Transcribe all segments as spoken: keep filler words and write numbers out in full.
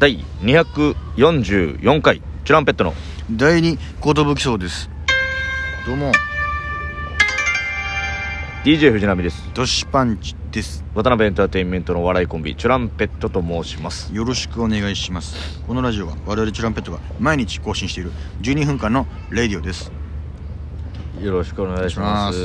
だいにひゃくよんじゅうよんかいチュランペットの第二寿そうです。どうもディージェー 藤波です。 ドシパンチです。 渡辺エンターテインメントの笑いコンビチュランペットと申します。 よろしくお願いします。このラジオは我々チュランペットが毎日更新しているじゅうにふんかんのレディオです。 よろしくお願いします。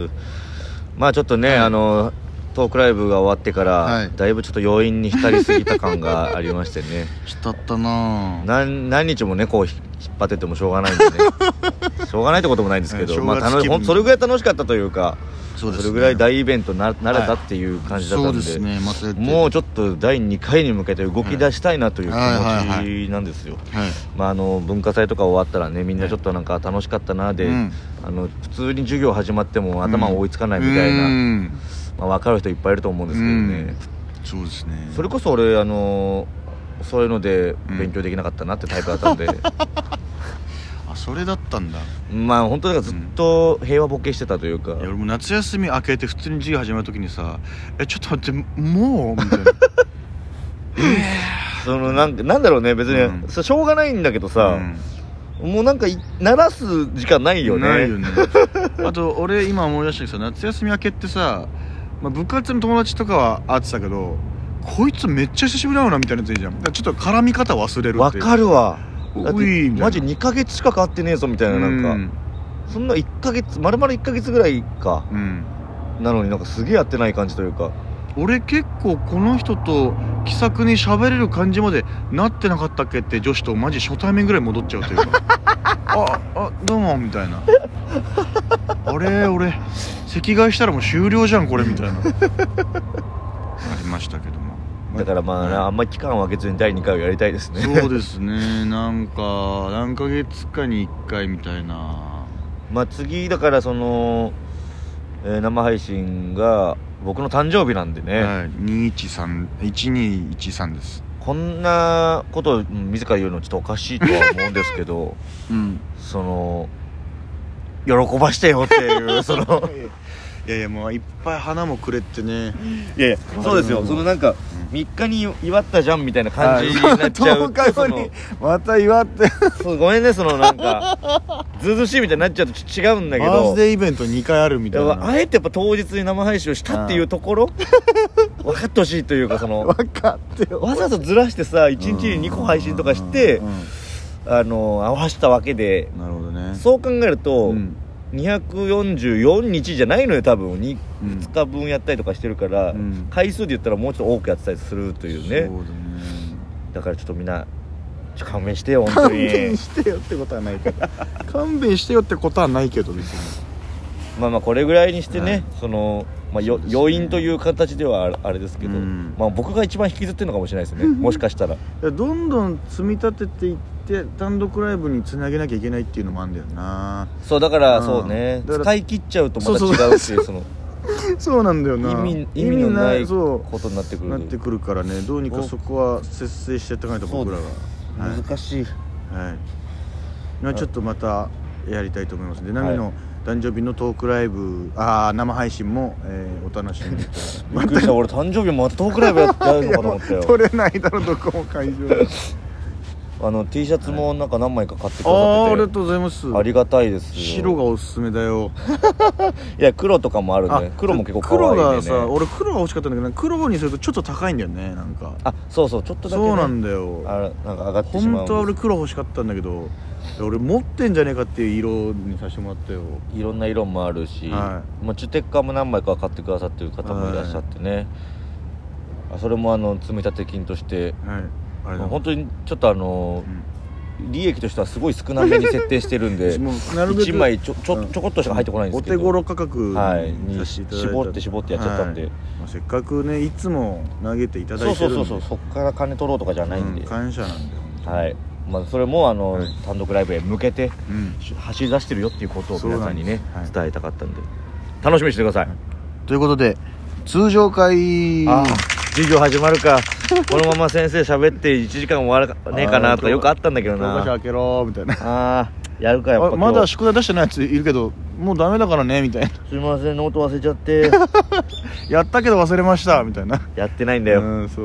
まあちょっとね、はい、あのトークライブが終わってから、はい、だいぶちょっと余韻に浸りすぎた感がありましてね浸ったな何何日もねこう引っ張っててもしょうがないんでねしょうがないってこともないんですけど、はい、まあ楽しそれぐらい楽しかったというか、そうですね、それぐらい大イベントに な, なれたっていう感じだったんで、はい、そうですね、またもうちょっとだいにかいに向けて動き出したいなという気持ちなんですよ。まああの文化祭とか終わったらね、みんなちょっとなんか楽しかったなで、はい、あの普通に授業始まっても頭追いつかないみたいな、うん、まあ、分かる人いっぱいいると思うんですけどね、 うん、そうですね。 それこそ俺あのそういうので勉強できなかったなってタイプだったんで、うん、 あ、それだったんだ。 まあ本当だからずっと平和ボケしてたというか、うん、いや俺も夏休み明けて普通に授業始まる時にさ、えちょっと待ってもうみたいなえー、 そのなんかなんだろうね、別に、うん、そしょうがないんだけどさ、うん、もうなんか鳴らす時間ないよね。 ないよねあと俺今思い出したけどさ、夏休み明けってさ、まあ、部活の友達とかは会ってたけど、こいつめっちゃ久しぶりだなみたいなやついいじゃん。ちょっと絡み方忘れるって。 わかるわ。だっていマジにかげつしか変わってねえぞみたいな、なんか、うん、そんないっかげつ丸々いっかげつぐらいか、うん、なのになんかすげえやってない感じというか、 俺結構この人と気さくに喋れる感じまでなってなかったっけって女子とマジ初対面ぐらい戻っちゃうというかああどうもみたいなあれ俺席替えしたらもう終了じゃんこれみたいなありましたけども、 だからまあ、ね、あんまり期間を空けずにだいにかいをやりたいですね。 そうですね、なんか何ヶ月かにいっかいみたいな。 まあ次だからその、えー、生配信が僕の誕生日なんでね、はい、 にいちさんいちにいちさんです。 こんなことを自ら言うのちょっとおかしいとは思うんですけど、うん、その喜ばしてよっていうそのいやいやもういっぱい花もくれってね。 いやいやそうですよ、そのなんかみっかに祝ったじゃんみたいな感じになっちゃうと、 とおかごにまた祝ってそうごめんね、そのなんかずうずうしいみたいになっちゃうと違うんだけど、 バースデーイベントにかいあるみたいな、 あえてやっぱ当日に生配信をしたっていうところ分かってほしいというか、その分かってわざとずらしてさいちにちににこ配信とかしてあの合わせたわけで、 なるほどね、 そう考えると、うん、にひゃくよんじゅうよっかじゃないのよ多分 2, うん、ふつかぶんやったりとかしてるから、うん、回数で言ったらもうちょっと多くやってたりするというね。そうだね、だからちょっとみんなちょ勘弁してよ本当に。 勘弁してよってことはないけど勘弁してよってことはないけど別にまあまあこれぐらいにしてね、はい、そのまあ、よ余韻という形ではあれですけど、うん、まあ、僕が一番引きずってるのかもしれないですねもしかしたらどんどん積み立てていって単独ライブにつなげなきゃいけないっていうのもあるんだよな。 そうだから、うん、そうね、使い切っちゃうとまた違うっていうそのそうなんだよな、 意味、意味のないことになってくるなってくるからね、どうにかそこは節制してやっていかないと僕らが、 はい、難しい、 はい、ちょっとまたやりたいと思います。で、ナミの誕生日のトークライブ、あ生配信も、えー、お楽しみにびっくりした俺誕生日またトークライブやってるのかと思ったよ取れないだろどこも会場あの T シャツもなんか何枚か買ってくださってて、 あ, ありがとうございます。 ありがたいですよ。 白がおすすめだよいや黒とかもあるね。黒も結構可愛いね。 黒がさ、俺黒が欲しかったんだけど黒にするとちょっと高いんだよね、なんか。 あ、そうそう、ちょっとだけ、ね、 そうなんだよ。 あ、なんか上がってしまうんです。 本当は俺黒欲しかったんだけど俺持ってんじゃねえかっていう色にさせてもらったよ。 いろんな色もあるし、はい、もうチュテッカーも何枚か買ってくださってる方もいらっしゃってね、はい、それもあの積み立て金として、はい、本当にちょっとあの、うん、利益としてはすごい少なめに設定してるんでもうなるべくいちまいちょ、ちょ、ちょこっとしか入ってこないんですけど、 お手頃価格にさせていただいた、絞って絞ってやっちゃったんで、はい、 まあ、せっかくねいつも投げていただいてるんで、 そうそうそうそう、そっから金取ろうとかじゃないんで、 うん、感謝なんで、 はい、まあ、それもあの、はい、単独ライブへ向けて、うん、走り出してるよっていうことを皆さんにね、はい、伝えたかったんで楽しみにしてください、はい、 ということで通常会、 あ授業始まるかこのまま先生喋っていちじかん終わらねえかなとかよくあったんだけどな、 教科書開けろみたいな、 ああやるかやっぱまだ宿題出してないやついるけどもうダメだからねみたいな、 すいませんノート忘れちゃってやったけど忘れましたみたいな、 やってないんだよ、 うん、そう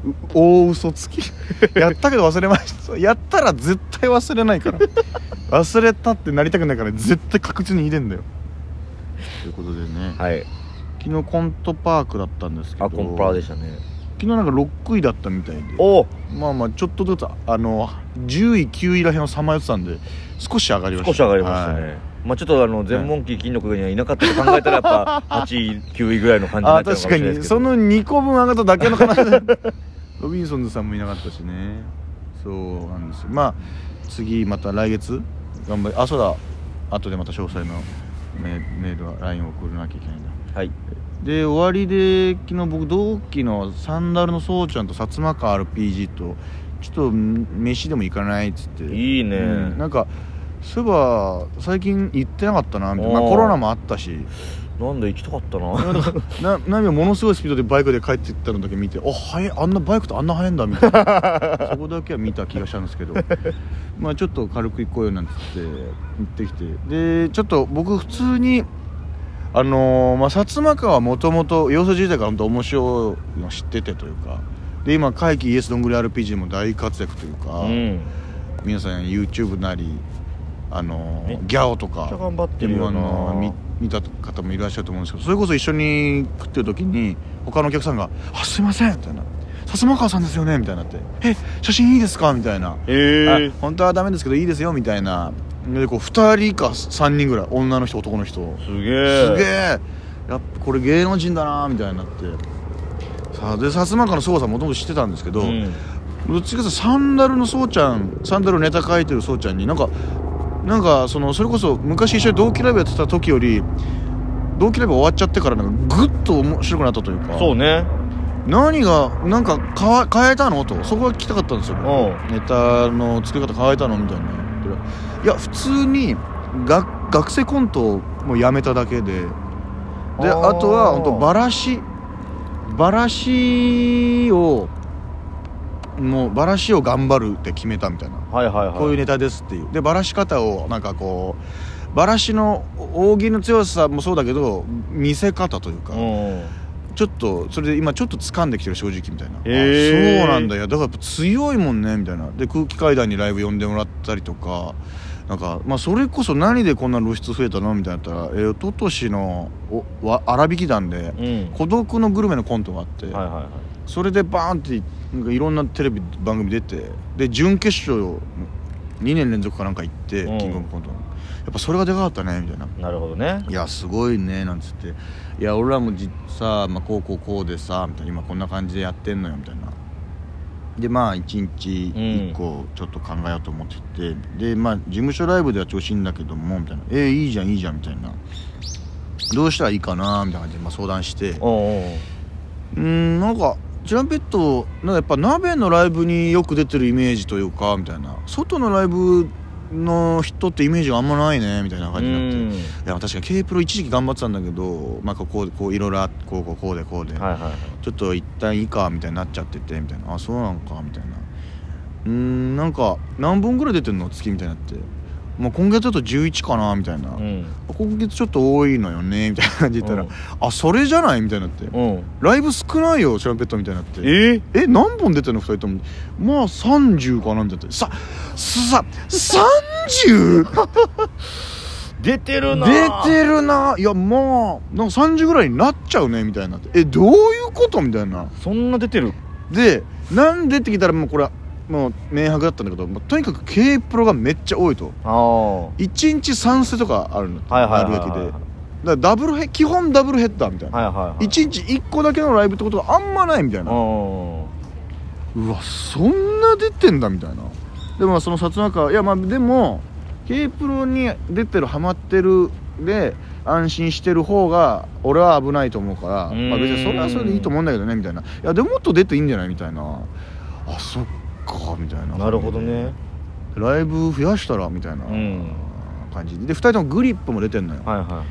大嘘つきやったけど忘れましたやったら絶対忘れないから忘れたってなりたくないから絶対確実に入れんだよということでね、 はい、 昨日コントパークだったんですけど、 あコンパーでしたね。 昨日なんかろくいだったみたいで、 おまあまあちょっとずつあのじゅういきゅういらへんをさまよってたんで少し上がりました。 少し上がりましたね、はい、まあちょっとあの全問記金の国にはいなかったと考えたらやっぱはちいきゅういぐらいの感じになっちゃうかもしれないですけど、あ確かにそのにこぶん上がっただけの話ロビンソンズさんもいなかったしね。そうなんですよ。まあ次また来月頑張り、あそうだ後でまた詳細のメールは ライン を送らなきゃいけないんだ。 はい。 で終わりで昨日僕同期のサンダルのそうちゃんと薩摩川 アールピージー とちょっと飯でも行かないっつって。 いいね、うん、 なんかそういえば最近行ってなかったなみたいな、まあ、コロナもあったしなんで行きたかったななナミはものすごいスピードでバイクで帰っていったのだけ見て、あ速い、あんなバイクってあんな速いんだみたいなそこだけは見た気がしたんですけどまあちょっと軽く行こうよなんつって行ってきて、でちょっと僕普通にあのー、まあ薩摩川はもともと養成時代から本当面白いの知っててというか、で今怪奇イエスどんぐり アールピージー も大活躍というか、うん、皆さん YouTube なりあのー、ギャオとかめっちゃ頑張ってるよな、 見, 見た方もいらっしゃると思うんですけど、それこそ一緒に食ってる時に他のお客さんが「あすいません」みたいな「薩摩川さんですよね」みたいになって「え写真いいですか?」みたいな「えー、本当はダメですけどいいですよ」みたいなでこうふたりかさんにんぐらい女の人男の人すげえすげえやっぱこれ芸能人だなみたいになってさあ、で薩摩川のそうさんもともと知ってたんですけど、うん、どっちかというとサンダルのそうちゃんサンダルネタ書いてるそうちゃんになんかなんかそのそれこそ昔一緒に同期ライブやってた時より同期ライブ終わっちゃってからなんかグッと面白くなったというか、 そうね、 何がなんか変えたのとそこが聞きたかったんですよ。ネタの作り方変えたのみたいな。いや普通にが学生コントもやめただけで、であとは本当バラシバラシをもうバラシを頑張るって決めたみたいな、 はいはいはい、 こういうネタですっていう。でバラし方をなんかこうバラシの扇の強さもそうだけど見せ方というか、ちょっとそれで今ちょっと掴んできてる正直みたいな、えー、そうなんだよ、だからやっぱ強いもんねみたいな。で空気階段にライブ呼んでもらったりとか、なんかまあそれこそ何でこんな露出増えたのみたいなったら、えー、おととしのおわ荒引き団で、うん、孤独のグルメのコントがあって、はいはいはい、それでバーンってなんかいろんなテレビ番組出て、で準決勝にねん連続かなんか行って、うん、キングオブコントのやっぱそれがでかかったねみたいな。 なるほどね。 いやすごいねなんつって、いや俺らもじさ、まあ、こうこうこうでさみたいな、今こんな感じでやってんのよみたいな。でまあいちにちいっこちょっと考えようと思ってて、うん、でまあ事務所ライブでは調子いいんだけどもみたいな、えー、いいじゃんいいじゃんみたいな、どうしたらいいかなみたいな感じで、まあ、相談して、おうおう、うーんなんかチュランペットなんかやっぱ鍋のライブによく出てるイメージというかみたいな、外のライブの人ってイメージがあんまないねみたいな感じになって、いや確かに K プロ一時期頑張ってたんだけど、まあ、こうこういろいろあこうこうこうでこうで、はいはいはい、ちょっと一旦いいかみたいになっちゃっててみたいな、あそうなんかみたいな、うーんなんか何本ぐらい出てんの月みたいになって、まあ、今月だとじゅういちかなみたいな、うん、今月ちょっと多いのよねみたいな感じで言ったら、うん、あそれじゃないみたいになって、うん、ライブ少ないよチュランペットみたいになって、えー、え何本出てんのふたりとも、まあさんじゅうかなみたいな、さささんじゅう出てるな出てるないやまあなんかさんじゅうぐらいになっちゃうねみたいになって、えどういうことみたいな、 そんな出てるでなんでって聞いたらもうこれもう明白だったんだけど、まあ、とにかく K プロがめっちゃ多いと、あいちにちさんせとかあるの、はいはいはいはい、あるべきで、だからダブルヘ基本ダブルヘッダーみたいな、はいはいはい、いちにちいっこだけのライブってことがあんまないみたいな、うわそんな出てんだみたいな。でもその薩摩川いやまあでも K プロに出てるハマってるで安心してる方が俺は危ないと思うから、まあ、別にそれはそれでいいと思うんだけどねみたいな、いやでももっと出ていいんじゃないみたいな、あそっかみたいな、 なるほどね、 ライブ増やしたらみたいな感じで、でふたりともグリップも出てんのよ、はいはいはい、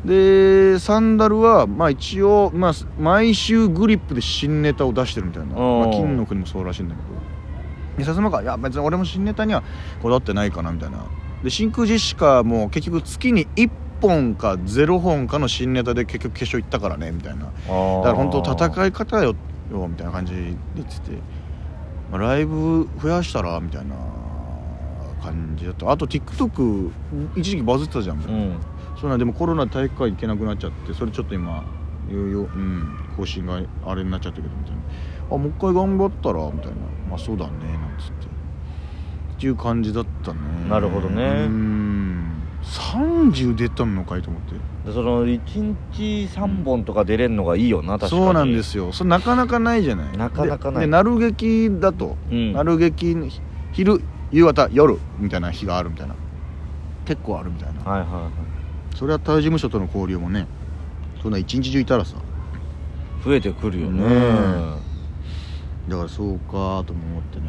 でサンダルはまあ一応、まあ、毎週グリップで新ネタを出してるみたいな、まあ、金の国もそうらしいんだけど、でさすがかいや別に俺も新ネタにはこだわってないかなみたいな。で真空ジェシカも結局月にいっぽんかゼロほんかの新ネタで結局決勝行ったからねみたいな、だから本当戦い方よよみたいな感じで言ってて、まあ、ライブ増やしたらみたいな感じだった。あと TikTok 一時期バズってたじゃんみたいな、うん、そうなんでもコロナで体育館行けなくなっちゃって、それちょっと今よよ、うん、更新があれになっちゃったけどみたいな、あもう一回頑張ったらみたいな、まあそうだねなんつってっていう感じだったね。 なるほどね。 うん、さんじゅう出たのかいと思って。 でそのいちにちさんぼんとか出れるのがいいよな、確かに。 そうなんですよ。それなかなかないじゃない。 なかなかない。 で、なる劇だと、うん、なる劇昼夕方夜みたいな日があるみたいな、結構あるみたいな。 はいはいはい。 それは他事務所との交流もね、そんな一日中いたらさ増えてくるよね。 だからそうかとも思ってね。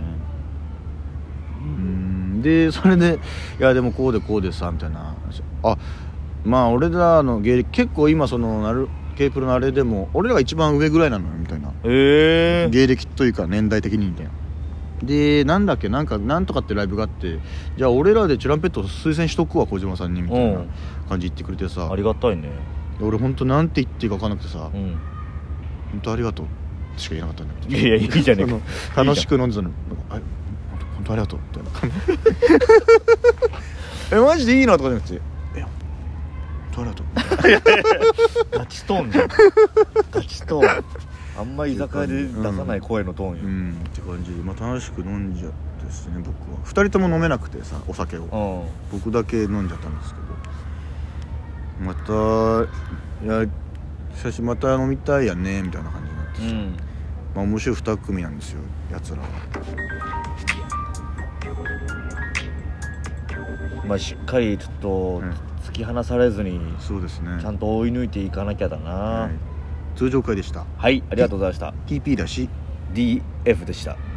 うんでそれでいやでもこうでこうでさみたいな、あまあ俺らの芸歴結構今そのなる K プロのあれでも俺らが一番上ぐらいなのよみたいな、 へー、 芸歴というか年代的にみたいな。でなんだっけなんかなんとかってライブがあって、じゃあ俺らでチュランペット推薦しとくわ小島さんにみたいな感じ言ってくれてさ、 ありがたいね。 俺ほんとなんて言っていいか分かんなくてさ、うん、ほんとありがとうしか言えなかったんだけど、 いやいやいいじゃねえか楽しく飲んでたの、あほんとありがとうみたいなえマジでいいなとかじゃなくて、えほんとありがとうガチトーンじゃんガチトーンあんまり居酒屋で出さない声のトーンよ、うんうん、 って感じで、まあ、楽しく飲んじゃってですね。僕はふたりとも飲めなくてさお酒を、うん、僕だけ飲んじゃったんですけど、またいや久しまた飲みたいやねみたいな感じになってさ、うん、まあ面白いに組なんですよやつらは。 まあしっかりちょっと突き放されずに、うん、 そうですね、 ちゃんと追い抜いていかなきゃだな、はい、 通常回でした。 はい、ありがとうございました。 ティーピー だしディーエフ でした。